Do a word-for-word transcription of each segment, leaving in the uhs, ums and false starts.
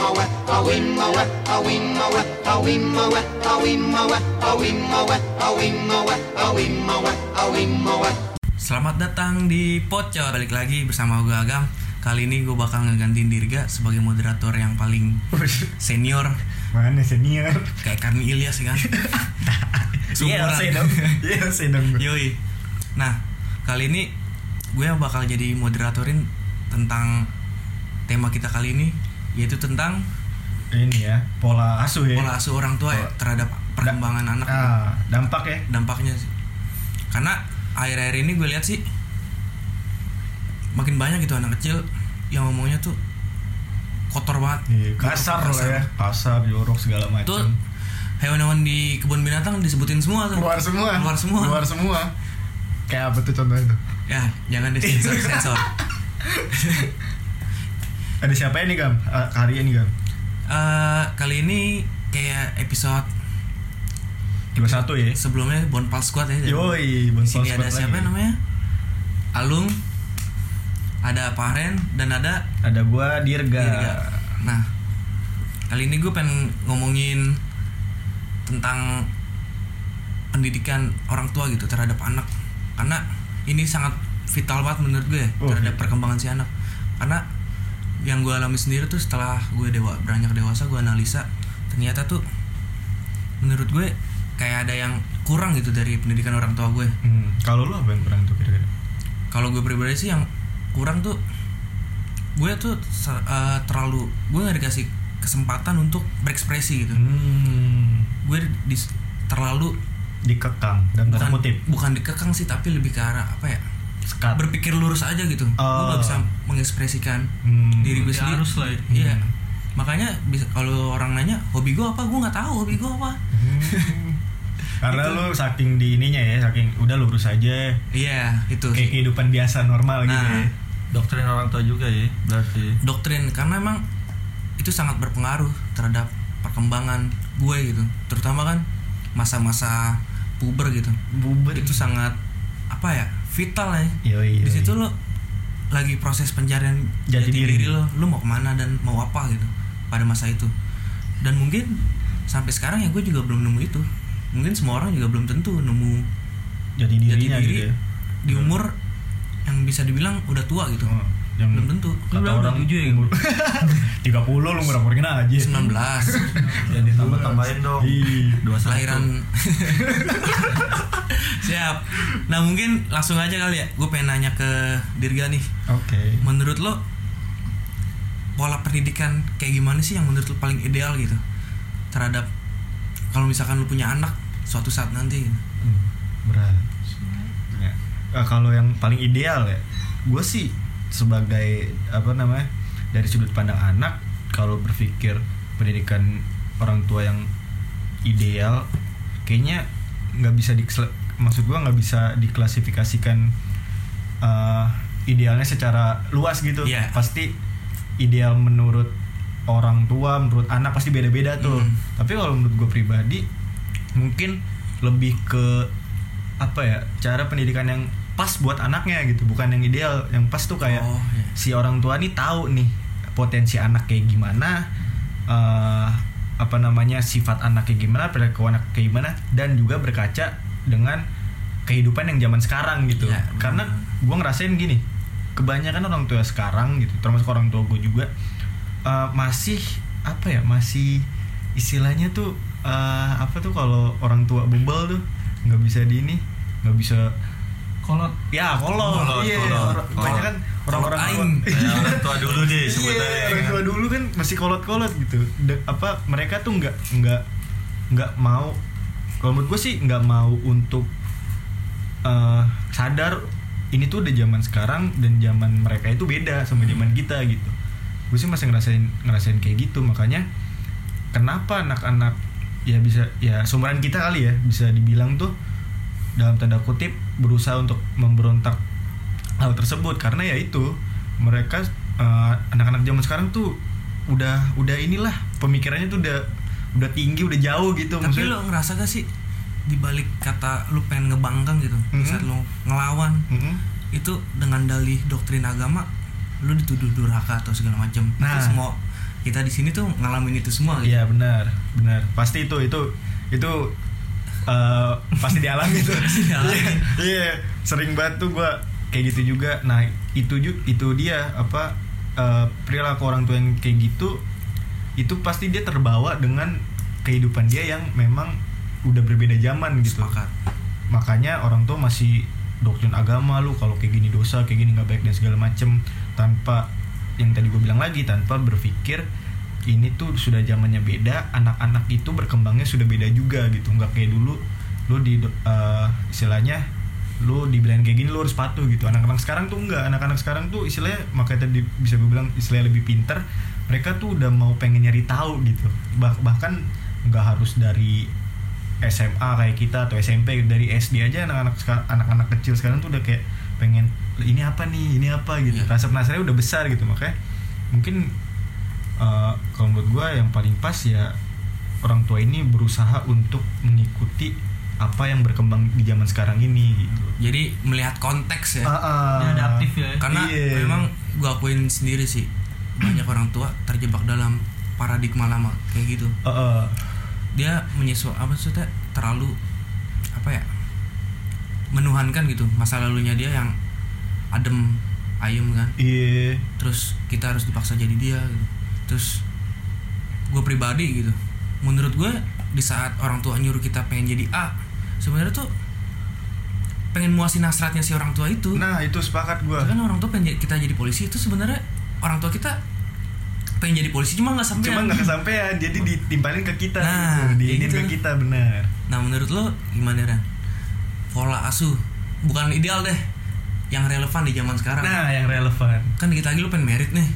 Selamat datang di Pocot. Balik lagi bersama gue Agam. Kali ini gue bakal ngegantiin Dirga sebagai moderator yang paling senior. Mana senior? Kayak Karni Ilyas kan. Iya, saya dong. Iya, saya dong. Yoi. Nah, kali ini gue yang bakal jadi moderatorin tentang tema kita kali ini, yaitu tentang ini ya, pola asuh ya. Pola asuh orang tua ya terhadap perkembangan da- anak. Ah, dampak ya. Dampaknya sih. Karena akhir-akhir ini gue lihat sih makin banyak gitu anak kecil yang ngomongnya tuh kotor banget. Iya, kasar lah ya. Kasar, jorok segala macam. Tuh hewan-hewan di kebun binatang disebutin semua tuh. Keluar semua. Keluar semua. Keluar semua. Kayak apa tuh contohnya tuh? Ya, jangan disensor sensor. Ada siapa ini, Gam? Uh, hari ini, Gam? Uh, kali ini kayak episode dua puluh satu ya. Sebelumnya Bonpal Squad ya. Yoi, Bonpal Squad. Di sini ada siapa lagi. namanya? Alung, ada Paren dan ada ada gua Dirga. Dirga. Nah, kali ini gue pengen ngomongin tentang pendidikan orang tua gitu terhadap anak. Karena ini sangat vital banget menurut gue oh, terhadap gitu. perkembangan si anak. Karena yang gue alami sendiri tuh setelah gue dewa beranjak dewasa, gue analisa ternyata tuh menurut gue kayak ada yang kurang gitu dari pendidikan orang tua gue. Hmm. Kalau lu apa yang kurang tuh kira-kira? Kalau gue pribadi sih yang kurang tuh gue tuh uh, terlalu gue nggak dikasih kesempatan untuk berekspresi gitu. Hmm. Gue di, terlalu dikekang dan tanda kutip. Bukan dikekang sih, tapi lebih ke arah apa ya? Sekat. Berpikir lurus aja gitu. Oh. Gue nggak bisa mengekspresikan hmm. diri gue sendiri. Harus lah. Iya. Hmm. Makanya bisa kalau orang nanya hobi gue apa, gue nggak tahu hobi gue apa. Hmm. Karena lu saking di ininya ya, saking udah lurus aja. Iya, itu. Kayak kehidupan biasa normal nah, gitu ya. Doktrin orang tua juga ya, berarti. Doktrin, karena emang itu sangat berpengaruh terhadap perkembangan gue gitu. Terutama kan masa-masa puber gitu. Puber itu sangat apa ya? Vital ya. Yoi, yoi. Di situ lo lagi proses pencarian jati, jati diri. diri lo, lo mau kemana dan mau apa gitu pada masa itu. Dan mungkin sampai sekarang ya gue juga belum nemu itu. Mungkin semua orang juga belum tentu nemu jati dirinya jati diri gitu ya. Di umur yang bisa dibilang udah tua gitu. Oh, yang belum tentu. Kata orang tujuh ya. umur tiga puluh lu ngurang-ngurangin aja. sembilan belas Ya ditambah-tambahin dong. dua puluh satu Lahiran. Siap. Nah, mungkin langsung aja kali ya. Gue pengen nanya ke Dirga nih. Oke. Okay. Menurut lo pola pendidikan kayak gimana sih yang menurut lo paling ideal gitu terhadap kalau misalkan lo punya anak suatu saat nanti gitu. Hmm, berat. Ya. Nah, kalau yang paling ideal ya, gue sih sebagai apa namanya dari sudut pandang anak, kalau berpikir pendidikan orang tua yang ideal, kayaknya nggak bisa di maksud gue nggak bisa diklasifikasikan uh, idealnya secara luas gitu. Yeah. Pasti ideal menurut orang tua, menurut anak pasti beda-beda tuh. Mm. Tapi kalau menurut gue pribadi mungkin lebih ke apa ya, cara pendidikan yang pas buat anaknya gitu, bukan yang ideal. Yang pas tuh kayak oh, yeah. si orang tua nih tahu nih potensi anak kayak gimana, uh, apa namanya sifat anak kayak gimana, perilaku anak kayak gimana, dan juga berkaca dengan kehidupan yang zaman sekarang gitu. Yeah, karena gue ngerasain gini, kebanyakan orang tua sekarang gitu, termasuk orang tua gue juga, uh, masih apa ya, masih istilahnya tuh uh, apa tuh kalau orang tua bebel tuh nggak bisa di ini, nggak bisa kolot. Ya kolot, kolot iya. kolot. Banyak kan orang-orang aing. Ya, orang tua dulu deh sebutannya. Iya, orang tua dulu kan masih kolot-kolot gitu. De, apa mereka tuh nggak nggak nggak mau, kalau menurut gue sih nggak mau untuk uh, sadar ini tuh udah zaman sekarang dan zaman mereka itu beda sama zaman kita gitu. Gue sih masih ngerasain ngerasain kayak gitu. Makanya kenapa anak-anak ya bisa ya seumuran kita kali ya bisa dibilang tuh dalam tanda kutip berusaha untuk memberontak hal tersebut, karena ya itu mereka uh, anak-anak zaman sekarang tuh udah udah inilah pemikirannya tuh udah udah tinggi, udah jauh gitu. Tapi maksudnya, lo ngerasa gak sih dibalik kata lu pengen ngebangkang gitu, mm-hmm. saat lu ngelawan, mm-hmm. itu dengan dalih doktrin agama lu dituduh durhaka atau segala macam. Nah, itu semua kita di sini tuh ngalamin itu semua gitu. Iya benar, benar. Pasti itu itu itu uh, pasti dialami tuh. Pasti dialami. Iya, sering banget tuh gue kayak gitu juga. Nah itu ju itu dia apa uh, perilaku orang tua yang kayak gitu, itu pasti dia terbawa dengan kehidupan dia yang memang udah berbeda zaman gitu. Sepakat. Makanya orang tua masih doktrin agama, lu kalau kayak gini dosa, kayak gini nggak baik dan segala macem, tanpa yang tadi gue bilang lagi, tanpa berpikir ini tuh sudah zamannya beda, anak-anak itu berkembangnya sudah beda juga gitu. Nggak kayak dulu lu di uh, istilahnya lu dibilang kayak gini lu harus patuh gitu. Anak-anak sekarang tuh enggak, anak-anak sekarang tuh istilahnya, makanya tadi bisa gue bilang istilahnya lebih pinter, mereka tuh udah mau pengen nyari tahu gitu. Bah- bahkan nggak harus dari S M A kayak kita atau S M P, dari S D aja anak-anak anak-anak kecil sekarang tuh udah kayak pengen ini apa nih, ini apa gitu. Yeah. Rasa penasarannya udah besar gitu. Makanya mungkin uh, kalau menurut gue yang paling pas ya orang tua ini berusaha untuk mengikuti apa yang berkembang di zaman sekarang ini gitu. Jadi melihat konteks ya. Uh, uh, Dia adaptif ya. Karena iya. memang gue akuin sendiri sih, banyak orang tua terjebak dalam paradigma lama kayak gitu. Uh, uh. Dia menyesuaikan apa sih, terlalu apa ya, menuhankan gitu masa lalunya dia yang adem ayem kan. Iya. Terus kita harus dipaksa jadi dia gitu. Terus gue pribadi gitu, menurut gue di saat orang tua nyuruh kita pengen jadi A, sebenarnya tuh pengen muasin hasratnya si orang tua itu. Nah itu sepakat gue. Kan orang tua pengen kita jadi polisi, itu sebenarnya orang tua kita pengen jadi polisi cuma nggak sampai. Cuma nggak kesampean, jadi ditimpalin ke kita, nah, gitu. Diinin gitu. ke kita, benar. Nah menurut lo gimana Ran? Pola asuh bukan ideal deh, yang relevan di zaman sekarang. Nah yang relevan. Kan dikit lagi lo pengen merit nih.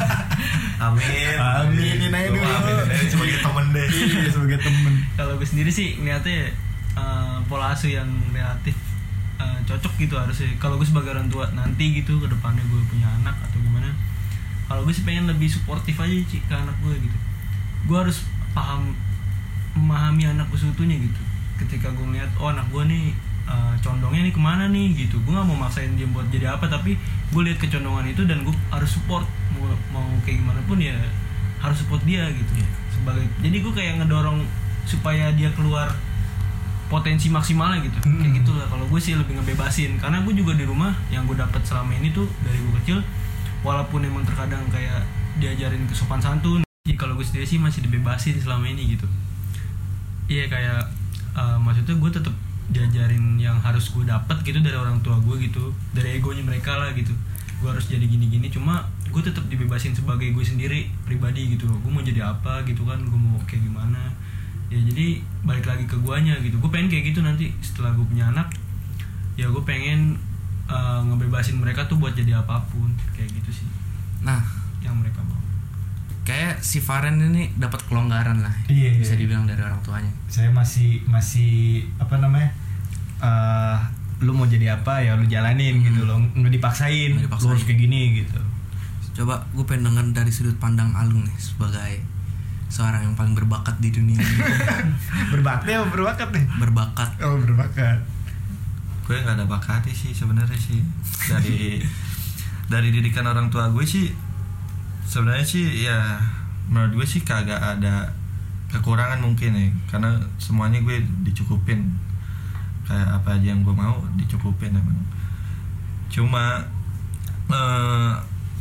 Amin. Amin, ini aja dulu. Amin. Sebagai temen deh. Iya, sebagai temen. Kalau gue sendiri sih ngeliatnya uh, pola asuh yang relatif uh, cocok gitu harusnya. Kalau gue sebagai orang tua nanti gitu ke depannya gue punya anak atau gimana, kalau gue sih pengen lebih suportif aja Ci, ke anak gue gitu. Gue harus paham, memahami anak gue seutuhnya gitu. Ketika gue ngeliat, oh anak gue nih uh, condongnya nih kemana nih gitu, gue nggak mau maksain dia buat jadi apa, tapi gue lihat kecondongan itu dan gue harus support. Mau, mau kayak gimana pun ya harus support dia gitu. Yeah. Sebagai, jadi gue kayak ngedorong supaya dia keluar potensi maksimalnya gitu. Hmm. Kayak gitulah. Kalau gue sih lebih ngebebasin, karena gue juga di rumah yang gue dapat selama ini tuh dari gue kecil, walaupun emang terkadang kayak diajarin kesopan santun, ya kalau gue sendiri sih masih dibebasin selama ini gitu. Iya kayak uh, maksudnya gue tetap diajarin yang harus gue dapat gitu dari orang tua gue gitu, dari egonya mereka lah gitu. Gue harus jadi gini-gini, cuma gue tetap dibebasin sebagai gue sendiri pribadi gitu. Gue mau jadi apa gitu kan, gue mau kayak gimana. Ya jadi balik lagi ke guanya gitu. Gue pengen kayak gitu nanti setelah gue punya anak. Ya gue pengen uh, ngebebasin mereka tuh buat jadi apapun kayak gitu sih. Nah Yang mereka mau. kayak si Faren ini dapat kelonggaran lah, Iya, bisa iya. dibilang dari orang tuanya. Saya masih masih apa namanya? Uh, lu mau jadi apa ya lu jalanin Hmm. gitu loh, nggak dipaksain. Nggak dipaksain. Lu harus kayak gini gitu. Coba gue pengen denger dari sudut pandang Alung nih sebagai seorang yang paling berbakat di dunia ini. Berbakti apa berbakat nih? Berbakat. Oh berbakat. Gue nggak ada bakatnya sih sebenarnya sih. Dari dari didikan orang tua gue sih sebenarnya sih ya menurut gue sih kagak ada kekurangan mungkin ya, karena semuanya gue dicukupin, kayak apa aja yang gue mau dicukupin emang. Cuma eh,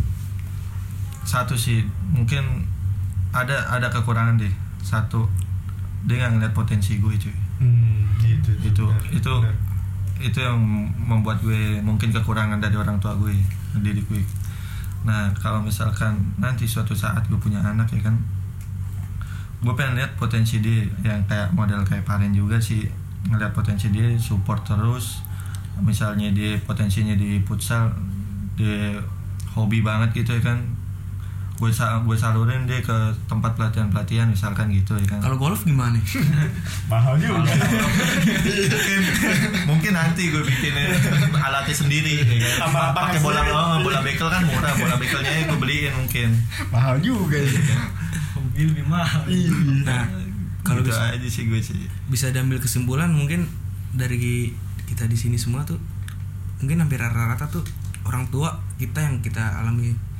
satu sih mungkin ada ada kekurangan deh, satu dia nggak ngeliat potensi gue cuy. Hmm, gitu. itu benar, itu benar. itu yang membuat gue mungkin kekurangan dari orang tua gue, didik gue. Nah kalau misalkan nanti suatu saat gue punya anak ya kan, gue pengen lihat potensi dia yang kayak model kayak Paren juga sih, ngeliat potensi dia, support terus. Misalnya dia potensinya di futsal, dia hobi banget gitu ya kan, gue sa gue salurin dia ke tempat pelatihan pelatihan misalkan gitu ya kan. Kalau golf gimana? Mahal juga. mungkin, mungkin nanti gue bikin alatnya sendiri ya kan. Apa- apa Pakai bola hasilnya? oh, bola bekel kan murah, bola bekelnya gue beliin mungkin. Mahal juga ya. Hobi lebih mahal. Nah kalau Gitu bisa aja sih gue sih. bisa diambil kesimpulan mungkin dari kita di sini semua tuh, mungkin hampir rata-rata tuh orang tua kita yang kita alami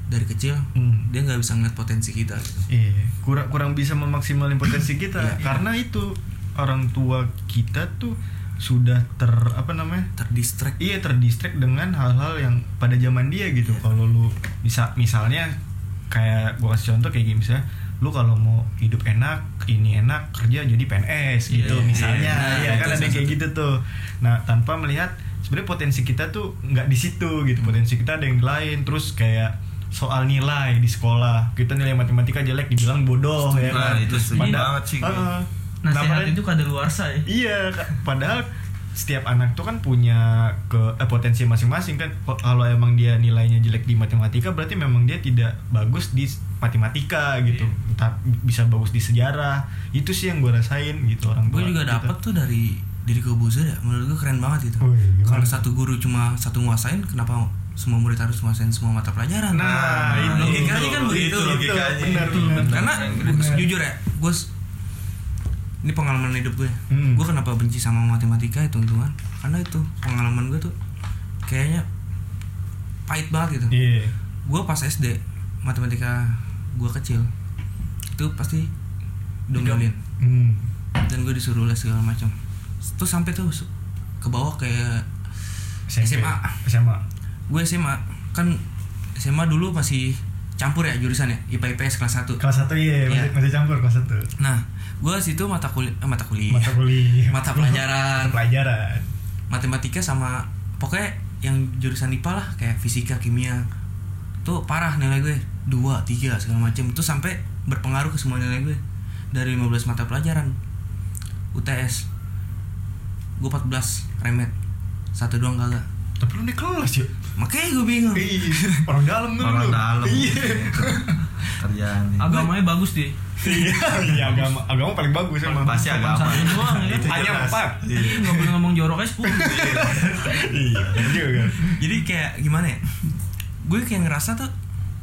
dari kecil Hmm. dia nggak bisa ngeliat potensi kita gitu. Iya, kurang kurang bisa memaksimalin potensi kita Iya. karena itu orang tua kita tuh sudah ter apa namanya? Terdistract. Iya, terdistract dengan hal-hal yang pada zaman dia gitu. Iya. Kalau lu bisa misalnya kayak gua kasih contoh kayak gini, misalnya lu kalau mau hidup enak, ini enak, kerja jadi P N S gitu Iya, misalnya. iya. Iya, Nah, kan itu ada salah kayak satu. gitu tuh. Nah, tanpa melihat sebenarnya potensi kita tuh nggak di situ gitu. Potensi kita ada yang lain. Terus kayak soal nilai di sekolah, kita nilai matematika jelek dibilang bodoh ya Nah, kan. itu setuju Pada- banget sih gue. Heeh. Nasihat Nah, padahal- itu kadaluarsa ya. Iya, Kak. Padahal setiap anak tuh kan punya ke eh, potensi masing-masing kan. Kalau emang dia nilainya jelek di matematika, berarti memang dia tidak bagus di matematika gitu. Entah bisa bagus di sejarah. Itu sih yang gue rasain gitu orang tua. Gue juga kita. dapat tuh dari diri Kobuzer ya, menurut gue keren banget gitu. Wih, gimana? Kalau satu guru cuma satu nguasain, kenapa semua murid harus nguasain semua mata pelajaran? Nah, itu logikanya kan begitu. Itu, logikanya. benar, benar. Karena Benar. jujur ya, gue ini pengalaman hidup gue. Hmm. Gue kenapa benci sama matematika itu hitungan? Karena itu pengalaman gue tuh kayaknya pahit banget gitu. Iya. Gue pas S D matematika gue kecil itu pasti domelin Hmm. dan gue disuruh les segala macam. Terus sampai tuh su- ke bawah kayak S M P. S M A. S M A. gue S M A kan S M A dulu masih campur ya jurusan ya I P A I P S kelas satu. Kelas satu iya, masih, Iya. masih campur kelas satu. Nah gue situ mata kuliah eh, mata kuliah Mata kuliah. mata pelajaran Mata pelajaran. matematika sama pokoknya yang jurusan I P A lah kayak fisika kimia tuh parah nilai gue dua tiga segala macam itu sampai berpengaruh ke semua nilai gue dari lima belas mata pelajaran U T S gue empat belas remet satu doang kagak. Tapi lu di kelas ya? Makanya gue bingung. Iya. Orang dalam kan Orang lu. dalam. Iya. Kerjaan nih. Agamanya bagus deh. Iya, iya, agama agama paling bagus emang. Pasti agama. Satu doang ya. Itu Hanya jelas. empat. Iya. Nggak boleh ngomong joroknya sepuluh. Iya, bener juga. Jadi kayak gimana ya, gue kayak ngerasa tuh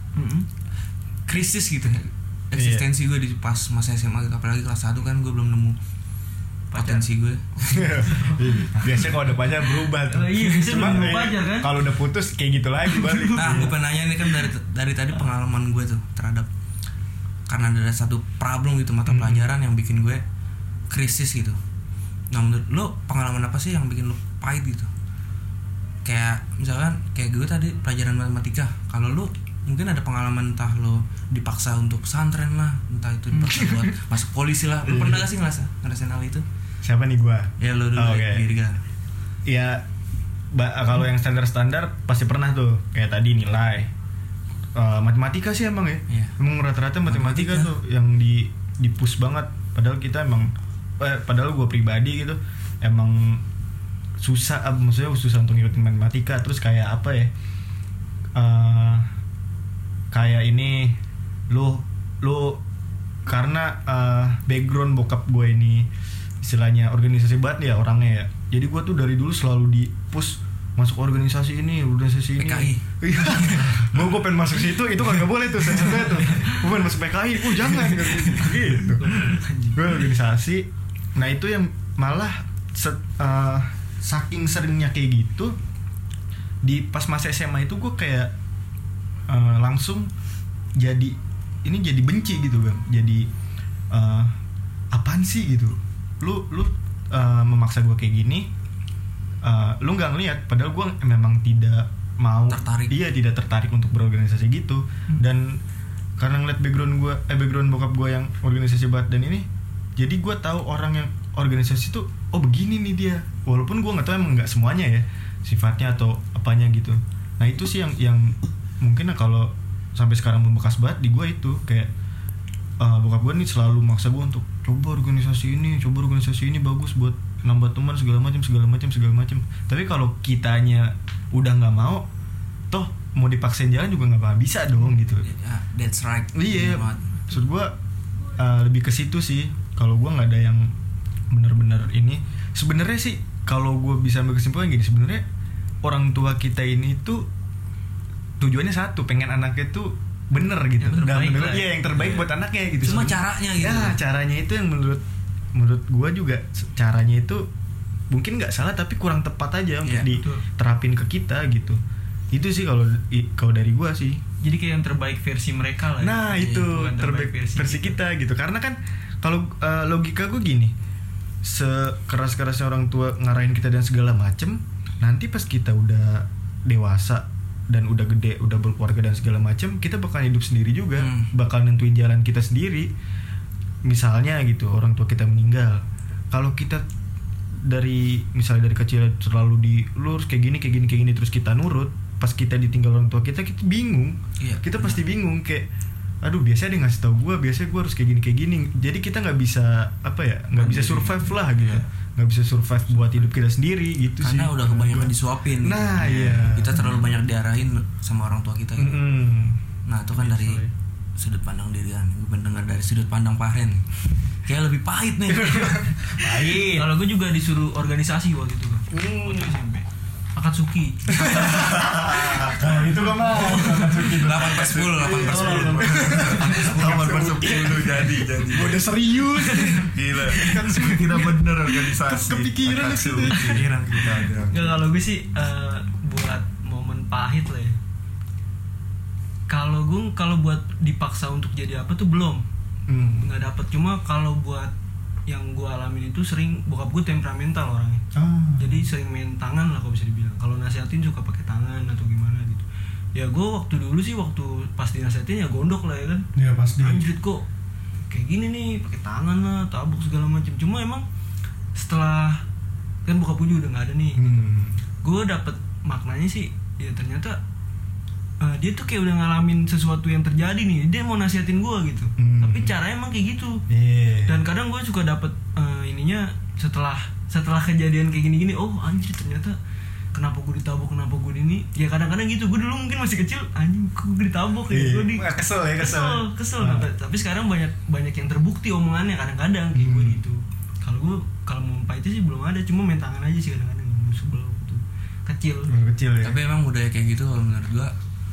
krisis gitu ya eksistensi gue di pas masa S M A gitu. Apalagi kelas satu kan gue belum nemu potensi gue. Iya. Biasanya kalau udah pacar berubah tuh. Oh, iya, biasanya Cuma, belum eh, pacar, kan? Kalau udah putus kayak gitu lagi balik. Nah gue pengen nanya ini kan dari dari tadi pengalaman gue tuh terhadap karena ada satu problem gitu mata Hmm. pelajaran yang bikin gue krisis gitu. Nah menurut lo pengalaman apa sih yang bikin lo pahit gitu? Kayak misalkan kayak gue tadi pelajaran matematika. Kalau lo mungkin ada pengalaman entah lo dipaksa untuk pesantren lah, entah itu dipaksa buat masuk polisi lah. Lo pernah gak sih ngerasa ngerasain hal itu? Siapa nih gua? Ya lo dulu Oh, deh, oke. diri kan. Ya ba- kalau yang standar-standar pasti pernah tuh kayak tadi nilai. Eh, matematika sih emang ya. Iya. Emang rata-rata matematika, Matematika. tuh yang di di push banget. Padahal kita emang eh, padahal gua pribadi gitu emang susah eh, maksudnya susah untuk ngikutin matematika. Terus kayak apa ya? Eh, kayak ini lu lu karena eh, background bokap gue ini istilahnya organisasi banget ya orangnya ya. Jadi gue tuh dari dulu selalu di push masuk organisasi ini, organisasi ini. P K I. Iya. gue gue pengen masuk situ, itu kan gak boleh tuh sensitif tuh. Gue pengen masuk P K I, oh jangan gitu. Gue organisasi. Nah itu yang malah set, eh, saking seringnya kayak gitu di pas masa S M A itu gue kayak eh, langsung jadi ini jadi benci gitu kan. Jadi eh, apaan sih gitu. Lu lu uh, memaksa gue kayak gini, uh, lu nggak ngeliat padahal gue memang tidak mau Tertarik. iya tidak tertarik untuk berorganisasi gitu. Hmm. Dan karena ngeliat background gue eh background bokap gue yang organisasi banget dan ini, jadi gue tahu orang yang organisasi tuh oh begini nih dia, walaupun gue nggak tahu emang nggak semuanya ya sifatnya atau apanya gitu. Nah itu sih yang yang mungkin kalau sampai sekarang membekas banget di gue itu kayak uh, bokap gue nih selalu maksa gue untuk coba organisasi ini, coba organisasi ini bagus buat nambah teman segala macam segala macam segala macam. Tapi kalau kitanya udah nggak mau, toh mau dipaksain jalan juga nggak bakal bisa dong gitu. Ya, that's right. Iya. Bener banget. Maksud gue uh, lebih ke situ sih. Kalau gue nggak ada yang bener-bener ini. Sebenarnya sih kalau gue bisa ambil kesimpulan gini, sebenarnya orang tua kita ini tuh tujuannya satu, pengen anaknya tuh bener gitu. Yang terbaik menurut lah. iya yang terbaik buat anaknya gitu. Cuma Sebenarnya- caranya gitu. Ya caranya itu yang menurut menurut gue juga caranya itu mungkin nggak salah tapi kurang tepat aja untuk Iya, diterapin ke kita gitu. Itu sih kalau i- kalau dari gue sih. Jadi kayak yang terbaik versi mereka lah. Nah ya. itu Bukan terbaik versi, versi kita gitu. Karena kan kalau uh, logika gue gini, sekeras-kerasnya orang tua ngarahin kita dan segala macem, nanti pas kita udah dewasa dan udah gede, udah berkeluarga dan segala macem, kita bakal hidup sendiri juga, hmm. bakal nentuin jalan kita sendiri. Misalnya gitu, orang tua kita meninggal, kalau kita dari misalnya dari kecil terlalu dilurus kayak gini kayak gini kayak gini terus kita nurut, pas kita ditinggal orang tua kita kita bingung, iya, kita pasti bingung kayak aduh biasanya dia ngasih tau gue, biasanya gue harus kayak gini kayak gini, jadi kita nggak bisa apa ya nggak bisa survive lah gitu, nggak bisa survive buat hidup kita sendiri gitu karena sih. udah kebanyakan disuapin nah gitu. Iya kita terlalu banyak diarahin sama orang tua kita gitu. Mm-hmm. Nah itu kan dari sudut pandang diri kan, gue mendengar dari sudut pandang Pahren kayak lebih pahit nih. Pahit. Kalau gue juga disuruh organisasi waktu itu kan, mm. waktu S M P Akatsuki. Kalau itu gak mau Akatsuki delapan per sepuluh delapan per sepuluh delapan per sepuluh jadi jadi udah serius gila kan kita bener organisasi kepikiran kepikiran kita ada. Nggak, kalau gue sih uh, buat momen pahit lah ya, kalau gue kalau buat dipaksa untuk jadi apa tuh belum hmm. nggak dapet. Cuma kalau buat yang gue alamin itu sering, bokap gue temperamental orangnya, oh. jadi sering main tangan lah kalau bisa dibilang. Kalau nasihatin suka pakai tangan atau gimana gitu. Ya gue waktu dulu sih waktu pas dinasihatin ya gondok lah ya kan. Iya pasti. Anjrit kok kayak gini nih, pakai tangan lah, tabuk segala macam. Cuma emang setelah kan bokap gue juga udah nggak ada nih, hmm. gue dapet maknanya sih. Ya ternyata uh, dia tuh kayak udah ngalamin sesuatu yang terjadi nih, dia mau nasihatin gue gitu, hmm. tapi caranya emang kayak gitu. Yeah. Dan kadang gue suka dapet uh, ininya setelah setelah kejadian kayak gini-gini, oh anjir ternyata kenapa gue ditabok, kenapa gue ini. Ya kadang-kadang gitu, gue dulu mungkin masih kecil, anjing gue ditabok ya, gue di kesel ya kesel kesel, kesel. Nah. Tapi sekarang banyak banyak yang terbukti omongannya kadang-kadang kayak hmm. gue gitu. Kalau gue kalau mau pahit sih belum ada, cuma main tangan aja sih kadang-kadang, sebel waktu kecil. kecil ya. Tapi emang budaya kayak gitu kalau menurut gue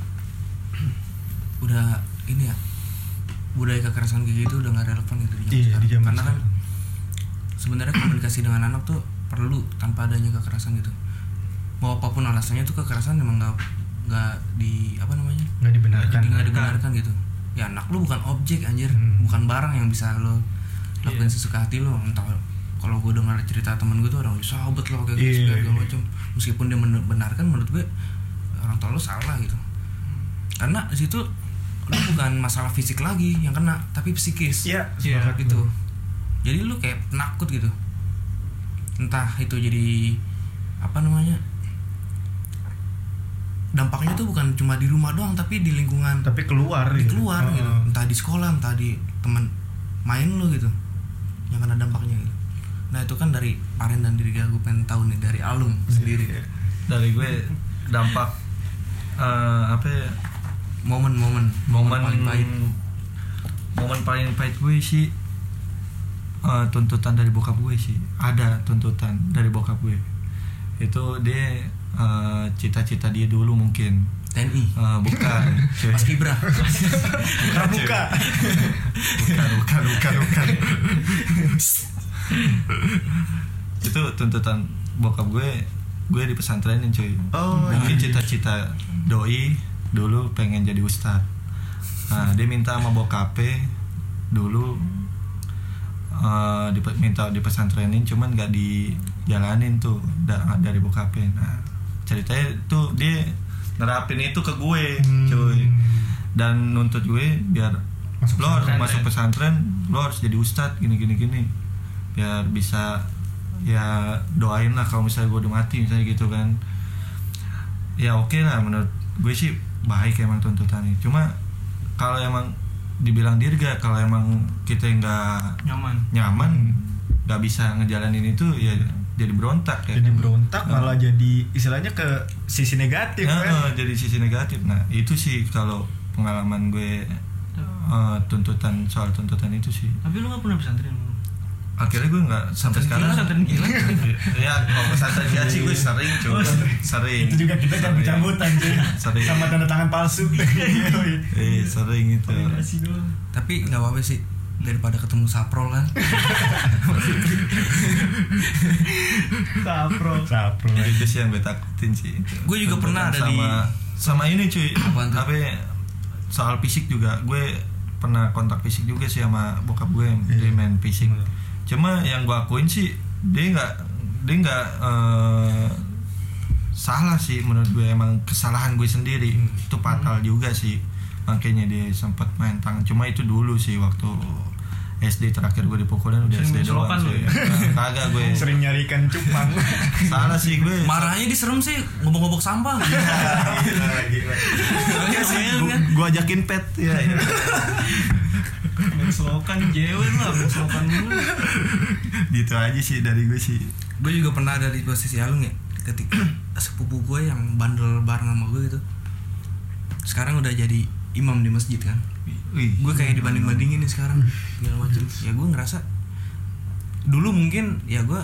udah ini ya, budaya kekerasan kayak gitu udah nggak relevan gitu di zaman sekarang. Karena kan sebenarnya komunikasi dengan anak tuh perlu tanpa adanya kekerasan gitu. Mau apapun alasannya tuh kekerasan emang nggak nggak di apa namanya nggak dibenarkan nggak dibenarkan gitu. Ya anak lu bukan objek anjir, hmm. bukan barang yang bisa lo lakukan yeah. sesuka hati lo. Entah kalau gue dengar cerita temen gue tuh orang sahabat lo kayak gitu yeah, segala yeah. macam, meskipun dia membenarkan, menurut gue orang tua lo salah gitu. Karena di situ lu bukan masalah fisik lagi yang kena, tapi psikis. Iya, yeah, yeah. gitu. Jadi lu kayak penakut gitu. Entah itu jadi apa namanya? Dampaknya tuh bukan cuma di rumah doang, tapi di lingkungan. Tapi keluar di gitu. keluar gitu. Uh-huh. Entah di sekolah, entah di teman main lu gitu. Yang kena dampaknya gitu. Nah, itu kan dari Pahren dan diri gue pengen tahu nih dari Alung sendiri. Dari gue dampak uh, apa ya? momen-momen momen paling pahit momen paling pahit gue sih uh, tuntutan dari bokap gue sih. Ada tuntutan dari bokap gue itu, dia uh, cita-cita dia dulu mungkin T N I uh, bukan Mas Kibra bukan buka bukan bukan bukan bukan itu tuntutan bokap gue gue di pesantrenin cuy. Oh, mungkin iya. cita-cita doi dulu pengen jadi ustad. Nah dia minta sama bokapnya dulu uh, diminta di pesantrenin, cuman nggak dijalanin tuh da- dari bokapnya. Nah ceritanya tuh dia nerapin itu ke gue, hmm. cuy, dan nuntut gue biar masuk lo harus masuk pesantren, lo harus jadi ustad gini gini gini, biar bisa ya doain lah kalau misalnya gue udah mati misalnya gitu kan. Ya oke okay lah, menurut gue sih baik emang tuntutannya. Cuma kalau emang dibilang dirga, kalau emang kita nggak nyaman nyaman nggak hmm. bisa ngejalanin itu ya jadi berontak ya jadi kan? berontak malah uh. jadi istilahnya ke sisi negatif ya, kan? uh, jadi sisi negatif. Nah itu sih kalau pengalaman gue uh, tuntutan soal tuntutan itu sih. Tapi lu nggak pernah pesantren? Akhirnya gue nggak sampai sekarang. Pesantren gila. Ya kalau pesantren gila sih gue sering coba. Oh, sering. sering. Itu juga kita kan cabut-cabutan cuy. Sering. Sama tanda tangan palsu. Eh sering itu. Tapi nggak apa-apa sih, daripada ketemu saprol kan. Saprol. Saprol. Itu sih yang gue takutin sih. Gue juga pernah ada sama, di sama ini cuy. Apaan tuh? Apa soal fisik juga gue pernah kontak fisik juga sih sama bokap gue yang yeah. dia main fisik. Hmm. Cuma yang gue akuin sih dia nggak dia nggak uh, salah sih menurut gue, emang kesalahan gue sendiri. Hmm. Itu fatal hmm. juga sih, makanya dia sempat main tangan. Cuma itu dulu sih waktu S D terakhir gue dipukulin udah sering S D doang sih. Ya. Kagak gue sering nyari ikan cupang. Salah sih gue. Marahnya diserem sih ngobok-ngobok sampah. Gila, gila. Gue ajakin pet ya. Ya. Main selokan jewen lah, main selokan mulu. Gitu aja sih dari gue sih. Gue juga pernah ada di posisi Alung ya, ketika sepupu gue yang bandel bareng sama gue gitu sekarang udah jadi imam di masjid kan. Wih, gue kayak dibanding-bandingin nih sekarang segala macam. Ya gue ngerasa dulu mungkin ya gue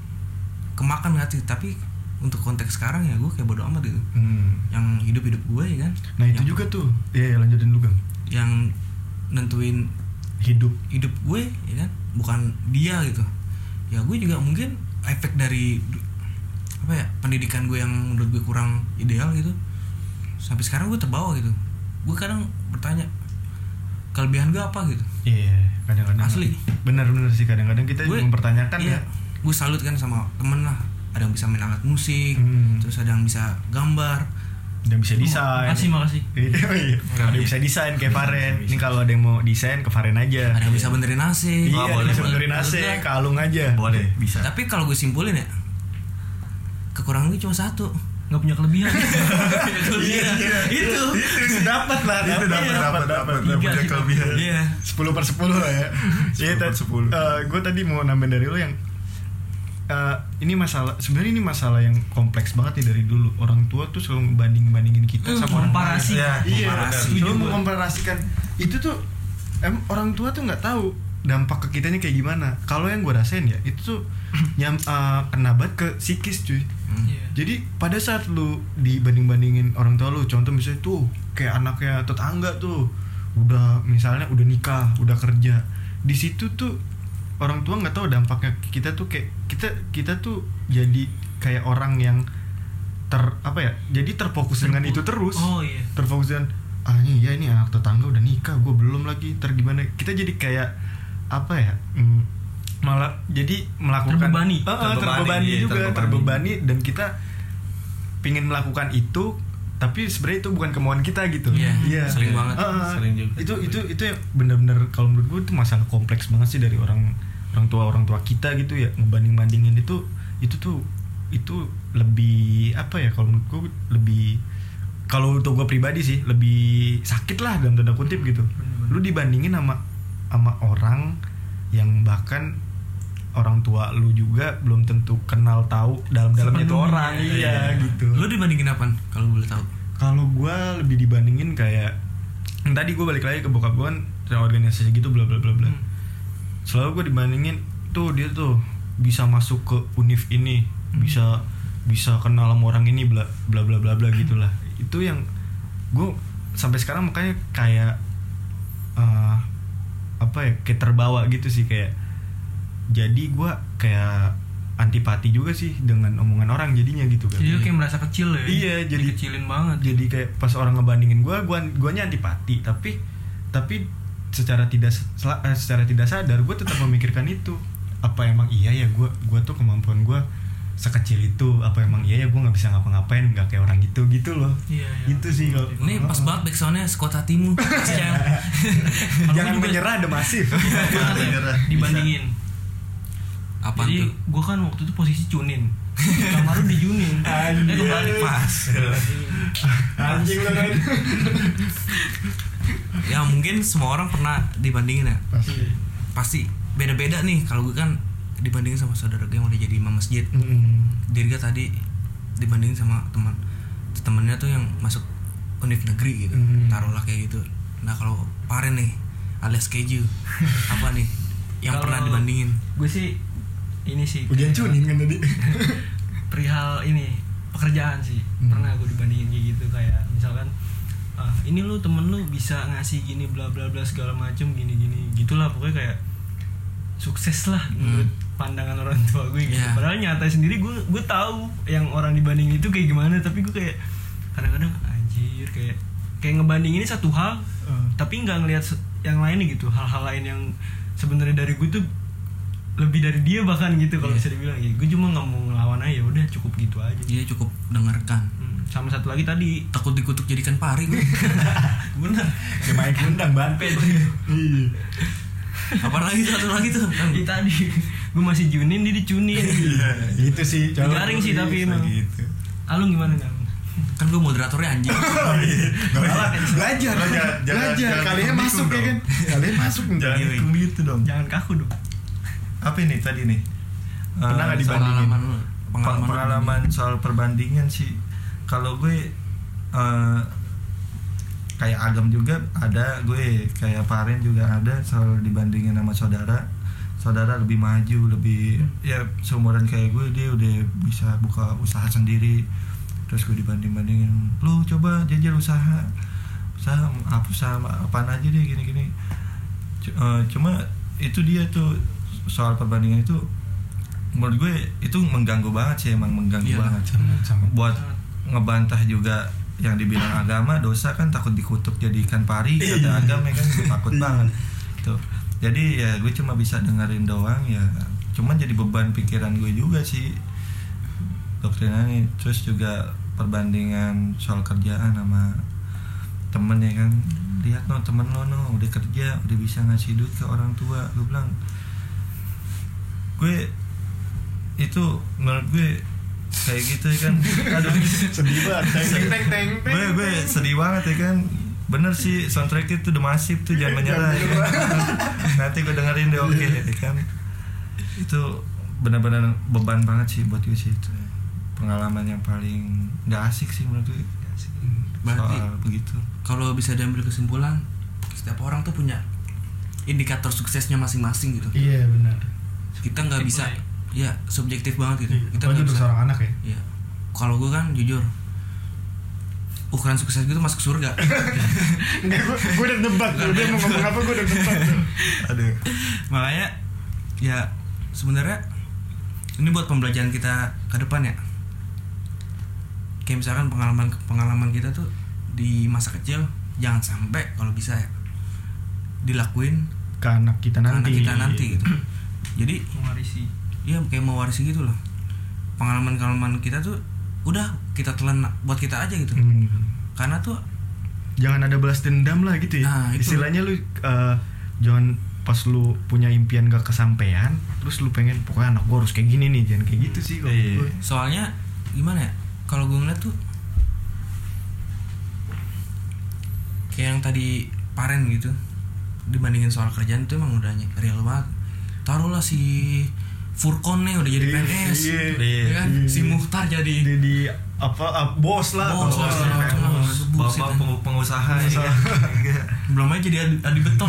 kemakan hati, tapi untuk konteks sekarang ya gue kayak bodo amat gitu. Hmm. Yang hidup-hidup gue ya kan. Nah itu yang, juga tuh. Iya, ya, lanjutin dulu Gang. Yang nentuin Hidup hidup gue ya kan, bukan dia gitu. Ya gue juga mungkin efek dari apa ya, pendidikan gue yang menurut gue kurang ideal gitu. Sampai sekarang gue terbawa gitu. Gue kadang bertanya kelebihan gue apa gitu. Iya, yeah, kadang-kadang asli. Benar-benar sih, kadang-kadang kita gue, mempertanyakan iya, ya. Gue salut kan sama temen lah. Ada yang bisa main alat musik, hmm. terus ada yang bisa gambar, ada yang bisa desain. Makasih, makasih. Iya, iya. Ada yang bisa desain kayak Faren. Ini kalau ada yang mau desain ke Faren aja. ada yang bisa benerin A C. Iya, Oh, boleh, bisa boleh. benerin A C, ke Alung aja. Boleh, bisa. Tapi kalau gue simpulin ya, kekurangan gue cuma satu, Nggak punya kelebihan. Iya, iya. itu Itu dapat lah, Itu dapat, dapat, dapat. Tiga Punya sih, kelebihan. iya. sepuluh per sepuluh lah ya. Iya, per sepuluh. gue tadi mau nambahin dari lo yang uh, ini masalah, sebenarnya ini masalah yang kompleks banget nih dari dulu. Orang tua tuh selalu banding-bandingin kita Hmm, sama orang komparasi. lain. Ya, Iya, komparasi. selalu Juga. mengkomparasikan. Itu tuh em, orang tua tuh nggak tahu dampak ke kitanya kayak gimana. Kalau yang gue rasain ya, itu tuh yang uh, kena banget ke psikis cuy. Iya. Jadi pada saat lu dibanding-bandingin orang tua lu, contoh misalnya tuh kayak anaknya tetangga tuh udah misalnya udah nikah, udah kerja, di situ tuh orang tua nggak tahu dampaknya kita tuh kayak kita kita tuh jadi kayak orang yang ter apa ya, jadi terfokus dengan itu terus. Oh iya. Terfokus dengan ah ini ya ini anak tetangga udah nikah, gue belum lagi, ter gimana, kita jadi kayak apa ya, mm, malah jadi melakukan Terbebani. Uh, uh, Terbebani, terbebani iya, juga terbebani. terbebani dan kita pingin melakukan itu tapi sebenarnya itu bukan kemauan kita gitu. Iya, sering banget. Uh, Sering juga. itu itu itu yang benar-benar kalau menurut gue itu masalah kompleks banget sih dari orang orang tua orang tua kita gitu ya, ngebanding-bandingin itu itu tuh itu lebih apa ya, kalau menurut gue lebih, kalau untuk gue pribadi sih lebih sakit lah dalam tanda kutip gitu. Lu dibandingin sama sama orang yang bahkan orang tua lu juga belum tentu kenal tahu dalam-dalamnya itu Sepenuhnya. orang. Iya gitu. Lu dibandingin apaan kalau boleh tahu? Kalau gue lebih dibandingin kayak yang tadi gue balik lagi ke bokap gue kan organisasi gitu bla bla bla bla. Hmm. Selalu gue dibandingin tuh dia tuh bisa masuk ke univ ini, Hmm. bisa bisa kenal sama orang ini bla bla bla bla bla gitulah. Itu yang gue sampai sekarang makanya kayak uh, apa ya, kayak terbawa gitu sih, kayak jadi gue kayak antipati juga sih dengan omongan orang jadinya gitu kan. Jadi lu kayak merasa kecil ya. Iya, jadi- kecilin banget. Jadi kayak pas orang ngebandingin gue, gue guanya antipati, tapi tapi secara tidak sel- eh, secara tidak sadar gue tetap memikirkan itu. Apa emang iya ya gue gue tuh kemampuan gue sekecil itu? Apa emang iya ya gue nggak bisa ngapa-ngapain, nggak kayak orang gitu gitu loh. Iya, iya. Gitu sih kalau. Ini pas banget backsoundnya Squad Hatimu. Jangan menyerah, ada masif. Menyerah. Dibandingin. Apa Jadi tuh? gue kan waktu itu posisi cunin. Kamar lu di Junin. Anjing. Eh kebalik Pas. Anjing lo kan. Ya mungkin semua orang pernah dibandingin ya. Pasti. Pasti beda-beda nih. Kalau gue kan dibandingin sama saudara gue yang udah jadi imam masjid. Mm. Dirga tadi dibandingin sama teman temennya tuh yang masuk univ negeri gitu. Hmm. Taruhlah kayak gitu. Nah kalau Paren nih alias Keju apa nih yang Kalau pernah dibandingin? Gue sih ini sih Ujian kayak cunin kan tadi. perihal ini pekerjaan sih. Hmm. Pernah gue dibandingin kayak gitu, kayak misalkan ah, ini lu temen lu bisa ngasih gini bla bla bla segala macem gini gini gitulah, pokoknya kayak sukses lah menurut pandangan orang tua gue gitu. Yeah. Padahal nyata sendiri gue gue tahu yang orang dibandingin itu kayak gimana, tapi gue kayak kadang-kadang anjir kayak kayak ngebandingin ini satu hal Uh. tapi nggak ngelihat se- yang lainnya gitu, hal-hal lain yang sebenarnya dari gue tuh lebih dari dia bahkan gitu kalau Iya. bisa dibilang. Ya gue cuma nggak mau ngelawan aja, udah cukup gitu aja. Dia cukup dengarkan. Hmm, sama satu lagi tadi Takut dikutuk jadikan pari gue. bener Kayak main undang banpe. Iya. Apalagi satu lagi tuh. Iya tadi gue masih junin, dia dicunin. Itu sih. Garing sih tapi emang. gitu. Alung gimana nggak? Kan gue moderatornya anjing. Malah belajar, Belajar, jangan- belajar. jangan Kalian tikung masuk ya dong. kan? Kalian masuk nih. Jangan Iya, hitung gitu dong. Jangan kaku dong. Apa ini tadi nih? Pernah Eh, nggak soal dibandingin? Pengalaman lu. pengalaman, lu. pengalaman soal perbandingan sih. Kalau gue eh, kayak Agam juga ada, gue kayak Paren juga ada soal dibandingin sama saudara. Saudara lebih maju, lebih ya seumuran kayak gue, dia udah bisa buka usaha sendiri. Terus gue dibanding-bandingin, lu coba jajal usaha, usaha apa usaha apaan aja deh gini-gini. C- eh, cuma itu dia tuh soal perbandingan itu menurut gue itu mengganggu banget sih, emang mengganggu Iya, banget. sangat. Buat ngebantah juga yang dibilang agama dosa kan, takut dikutuk jadi ikan pari kata agama kan, gue takut banget tuh. Jadi ya gue cuma bisa dengerin doang ya, cuman jadi beban pikiran gue juga sih doktrinannya. Terus juga perbandingan soal kerjaan sama temen ya kan, lihat no temen lo no udah kerja, udah bisa ngasih duit ke orang tua. Gue bilang, gue itu menurut gue kayak gitu ya kan. Aduh, Sedih banget. Teng teng teng teng. gue gue sedih banget ya kan. Bener sih, soundtrack itu The Massive tuh, jangan menyerah ya kan? Nanti gue dengerin deh, oke ya kan. Itu benar-benar beban banget sih buat gue sih itu. Pengalaman yang paling gak asik sih menurut gue Berarti soal begitu. kalau bisa diambil kesimpulan, setiap orang tuh punya indikator suksesnya masing-masing gitu. Iya benar. Kita nggak bisa, ya subjektif banget gitu. Kita Apalagi nggak untuk bisa. seorang anak ya. Iya. Kalau gue kan jujur, ukuran sukses gitu masuk surga. Enggak, gue gue udah nebak. Dia mau ngomong apa gue udah nebak. Aduh. Makanya ya sebenarnya ini buat pembelajaran kita ke depan ya. Kayak misalkan pengalaman pengalaman kita tuh di masa kecil jangan sampai kalau bisa ya dilakuin Ke anak kita ke nanti. anak kita nanti gitu. Jadi Mewarisi. ya kayak mewarisi gitu loh. Pengalaman-pengalaman kita tuh udah kita telan buat kita aja gitu. Hmm. Karena tuh Jangan ada balas dendam lah gitu ya. Nah, itu. Istilahnya lu uh, jangan pas lu punya impian gak kesampaian, terus lu pengen pokoknya anak gue harus kayak gini nih, jangan kayak gitu sih kalau Iya. gue. soalnya gimana ya? Kalau gue ngeliat tuh kayak yang tadi Paren gitu, dibandingin soal kerjaan itu emang udah real banget. Taruhlah si Furkon nih udah jadi P N S, Iya, ya kan? iya. Si Muhtar jadi Di, di apa uh, bos lah, Bos lah, bos. segala macam lah. Bullshit, Bapak kan? peng- pengusaha ya kan. belum aja jadi adi, adi beton.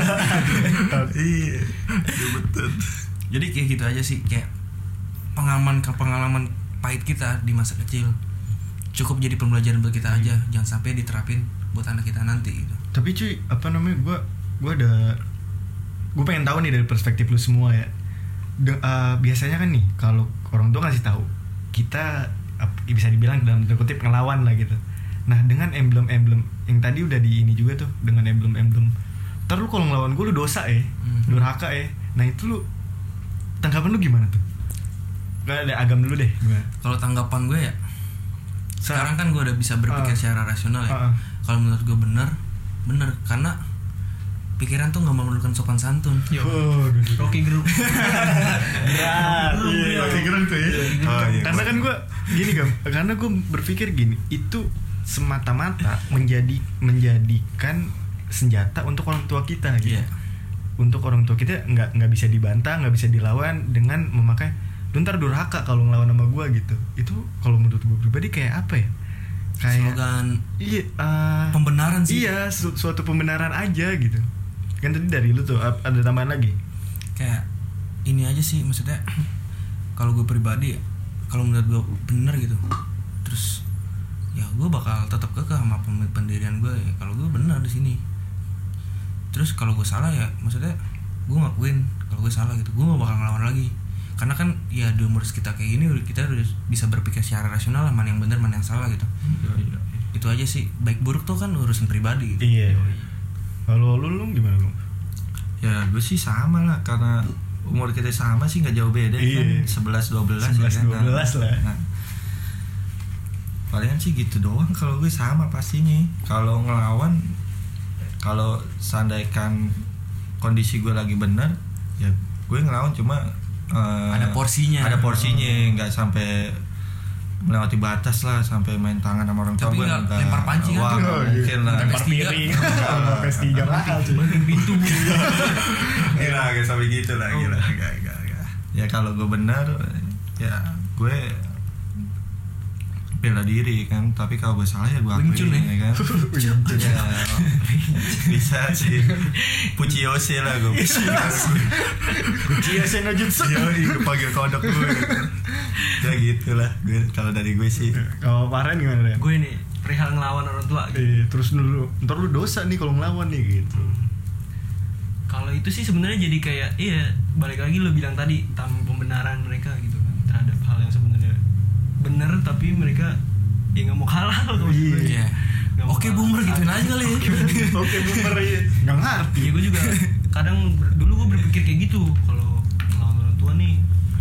Iya. Iya betul. Jadi kayak gitu aja sih, kayak pengalaman pengalaman pahit kita di masa kecil cukup jadi pembelajaran buat kita aja, jangan sampai diterapin buat anak kita nanti gitu. Tapi cuy, apa namanya, gue gue ada gue pengen tahu nih dari perspektif lu semua ya. De, uh, biasanya kan nih kalau orang tua ngasih tahu kita ap- bisa dibilang dalam tanda kutip ngelawan lah gitu. Nah dengan emblem-emblem yang tadi udah di ini juga tuh, dengan emblem-emblem, ntar lu kalau ngelawan gue lu dosa ya, Hmm. durhaka ya. Nah itu lu tanggapan lu gimana tuh? Gak ada agam dulu deh. Gimana? Kalau tanggapan gue ya, sekarang kan gue udah bisa berpikir Ah. secara rasional ya. Ah. Kalau menurut gue bener, bener karena pikiran tuh nggak memerlukan sopan santun. Yo. Oh, duh, duh. Rocky Gerung. Berat. Iya. Oke, gerung tuh ya. Oh, iya. Karena kan gue gini kan, karena gue berpikir gini, itu semata-mata menjadi menjadikan senjata untuk orang tua kita gitu. Iya. Untuk orang tua kita nggak nggak bisa dibantah, nggak bisa dilawan dengan memakai lu ntar durhaka kalau ngelawan sama gue gitu. Itu kalau menurut gue pribadi kayak apa ya? Kayak Slogan iya uh, pembenaran sih. iya su- suatu pembenaran aja gitu. Kan tadi dari lu tuh ap- ada tambahan lagi. Kayak ini aja sih maksudnya. Kalau gue pribadi ya, kalau menurut gue bener gitu, terus ya gue bakal tetap kekeh sama pem- pendirian gue ya, kalau gue bener di sini. Terus kalau gue salah ya maksudnya gue ngakuin kalau gue salah gitu, gue gak bakal ngelawan lagi. Karena kan ya di umur kita kayak gini kita udah bisa berpikir secara rasional lah, mana yang benar mana yang salah gitu. Iya, iya. itu aja sih, baik buruk tuh kan urusan pribadi gitu. Iya. Kalau lu lu gimana lu? Ya gue sih sama lah, karena umur kita sama sih nggak jauh beda Iya. kan, sebelas dua belas sebelas ya kan. dua belas lah. Nah, palingan sih gitu doang kalau gue sama pastinya. Kalau ngelawan, kalau seandainya kondisi gue lagi benar, ya gue ngelawan, cuma uh, Ada porsinya. ada porsinya, nggak sampai melewati batas lah, sampai main tangan sama orang tua Tapi gue. nggak lempar panci kan? Wah, nggak Oh, mungkin lah. lempar piring. P S tiga mahal cuy. Banting pintu. Gila, gak sampai gitu lah, gila, gak, gak, gak. Ya kalau gue benar, ya gue bela diri kan, tapi kalau gue salah ya gue Luncun akuin ya? ya kan. Ya, bisa sih. Puchiose lah gue. Puchiose no jutsu. Yoi, gue panggil kodok gue. Ya gitulah gue, kalau dari gue sih. Kalau Farhan gimana Ren? Gue nih perihal ngelawan orang tua gitu. Eh, terus dulu, ntar lu dosa nih kalau ngelawan nih gitu. Kalau itu sih sebenarnya jadi kayak iya, balik lagi lo bilang tadi tentang pembenaran mereka gitu kan terhadap hal yang sebenarnya benar, tapi mereka ya nggak mau kalah loh. Iya. Nggak mau Oke kalah. boomer gituin aja kali ya. Oke, boomer ya. Nggak ngerti. Iya, gue juga kadang ber- dulu gue berpikir kayak gitu, kalau ngelawan orang tua nih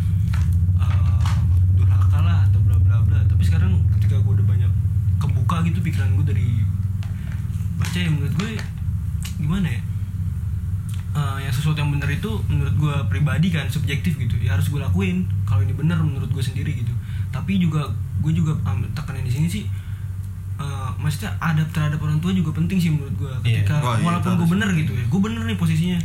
uh, durhaka lah atau bla bla bla. Tapi sekarang ketika gue udah banyak kebuka gitu pikiran gue dari baca, ya menurut gue gimana ya, uh, yang sesuatu yang benar itu menurut gue pribadi kan subjektif gitu, ya harus gue lakuin kalau ini benar menurut gue sendiri gitu. Tapi juga gue juga um, tekanin di sini sih, uh, maksudnya adab terhadap orang tua juga penting sih menurut gue. Ketika Iya. Oh, iya, walaupun itu gue harus. bener gitu ya, gue bener nih posisinya,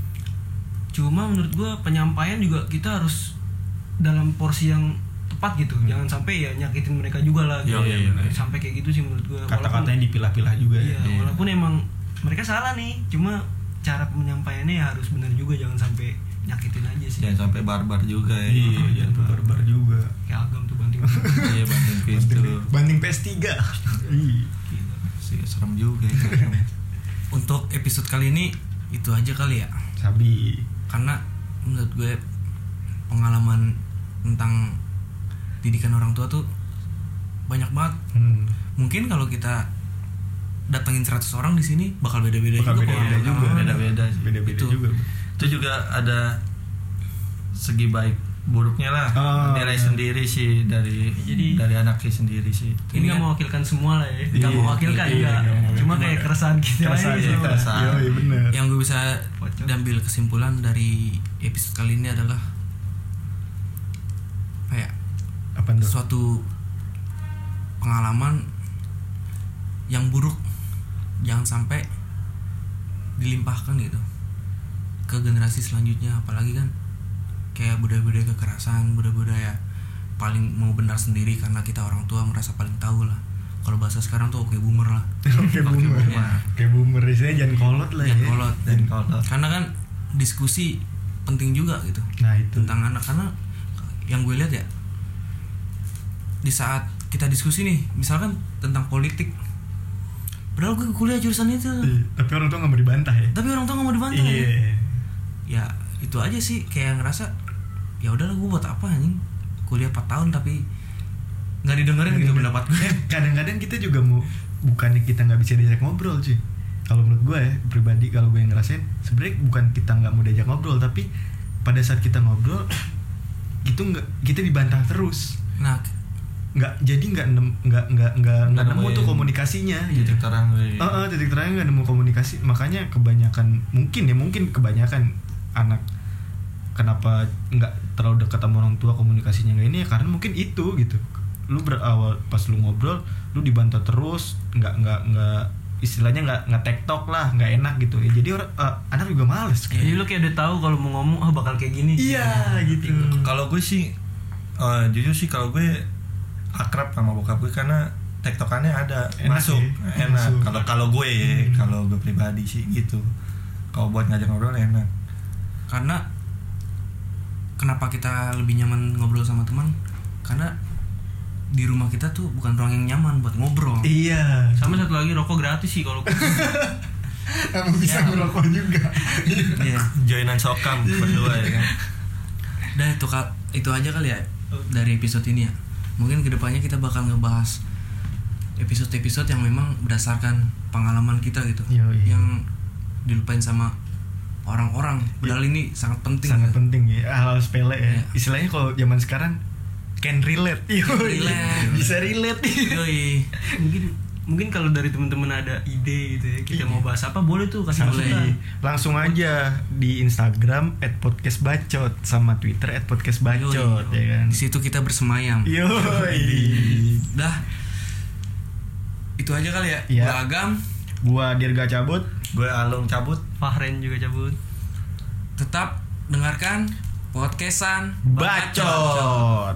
cuma menurut gue penyampaian juga kita harus dalam porsi yang tepat gitu. Hmm. Jangan sampai ya nyakitin mereka juga lah gitu. Iya, iya, benar. Sampai kayak gitu sih menurut gue. Kata-katanya dipilah-pilah juga ya. Iya, walaupun emang mereka salah nih, cuma cara penyampaiannya ya harus benar juga, jangan sampai nyakitin aja sih. Jangan sampai barbar juga ya. Iya, jangan barbar juga. Kayak agam tuh banting. Iya, banting pintu. Banding P S tiga. Iya. Sih serem juga ya. Untuk episode kali ini itu aja kali ya. Sabi. Karena menurut gue pengalaman tentang didikan orang tua tuh banyak banget. Hmm. Mungkin kalau kita datengin seratus orang di sini bakal beda-beda Bakal juga beda-beda pengalaman. juga. Beda-beda sih. Beda-beda Itu. juga. Itu juga ada segi baik buruknya lah, Oh, nilai iya. sendiri sih dari Jadi- dari anaknya sendiri sih. Ini Ini nggak kan- mewakilkan semua lah ya. Iya, Nggak mewakilkan iya, enggak. nggak mewakilkan. Cuma kayak keresahan kita Keresahan aja. kita. keresahan. Iya, iya benar. Yang gue bisa Pocong. ambil kesimpulan dari episode kali ini adalah kayak Apa tuh? suatu pengalaman yang buruk jangan sampai dilimpahkan gitu ke generasi selanjutnya, apalagi kan kayak budaya-budaya kekerasan, budaya-budaya paling mau benar sendiri karena kita orang tua merasa paling tahu lah. Kalau bahasa sekarang tuh oke boomer lah. Oke boomer. Oke boomer, istilahnya jangan kolot lah Jangan ya. kolot. Dan kalau Karena kan diskusi penting juga gitu Nah itu. tentang anak, karena yang gue lihat ya di saat kita diskusi nih misalkan tentang politik, padahal gue kuliah jurusan itu Iya, tapi orang tua nggak mau dibantah ya. tapi orang tua nggak mau dibantah Iya. ya. Ya itu aja sih, kayak ngerasa ya udahlah gue buat apa anjing kuliah empat tahun tapi nggak didengerin gitu pendapat gue. Eh, kadang-kadang kita juga mau, bukannya kita nggak bisa diajak ngobrol cuy. Kalau menurut gue ya pribadi, kalau gue yang ngerasain sebenarnya bukan kita nggak mau diajak ngobrol, tapi pada saat kita ngobrol itu nggak, kita dibantah terus. Nah Nggak, jadi nggak nem- nggak nggak nggak nggak nemu nemuin tuh komunikasinya gitu. titik terang gue. Uh, uh, titik terangnya nggak nemu komunikasi, makanya kebanyakan mungkin ya mungkin kebanyakan anak kenapa nggak terlalu dekat sama orang tua, komunikasinya nggak ini ya karena mungkin itu gitu. Lu berawal pas lu ngobrol lu dibantah terus, nggak nggak nggak istilahnya nggak nggak tektok lah, nggak enak gitu ya. Jadi orang uh, anak juga males kan. Jadi lu kayak udah tahu kalau mau ngomong oh bakal kayak gini. Iya gitu. Kalau gue sih eh, jujur sih kalau gue akrab sama bokap gue karena tektokannya ada, Enak masuk ya? enak. Masuk. Kalau kalau gue ya, Hmm. kalau gue pribadi sih gitu. Kalau buat ngajak ngobrol enak. karena kenapa kita lebih nyaman ngobrol sama teman, karena di rumah kita tuh bukan ruang yang nyaman buat ngobrol. Iya. Sama satu lagi rokok gratis sih kalau Kamu bisa Ya. ngerokok juga. Iya. Joinan sokam berdua ya kan. Dan itu kak itu aja kali ya dari episode ini ya. Mungkin kedepannya kita bakal ngebahas episode-episode yang memang berdasarkan pengalaman kita gitu. Yoi. Yang dilupain sama orang-orang. Padahal ini sangat penting. Sangat gitu. penting ya, hal spele ya. Iya. Istilahnya kalau zaman sekarang can relate. Yoi. relate. Bisa relate. Yoi. Mungkin mungkin kalau dari teman-teman ada ide gitu ya, kita Iya. mau bahas apa boleh tuh kasih Boleh. masukan. Langsung aja di Instagram at podcast bacot sama Twitter at podcast bacot Yoi. ya kan. Di situ kita bersemayam. Yoi. Dah. Itu aja kali ya. Iya. Gua Agam. Gua Dirga cabut. Gue Alung cabut. Fahren juga cabut. Tetap dengarkan podcastan Bacot.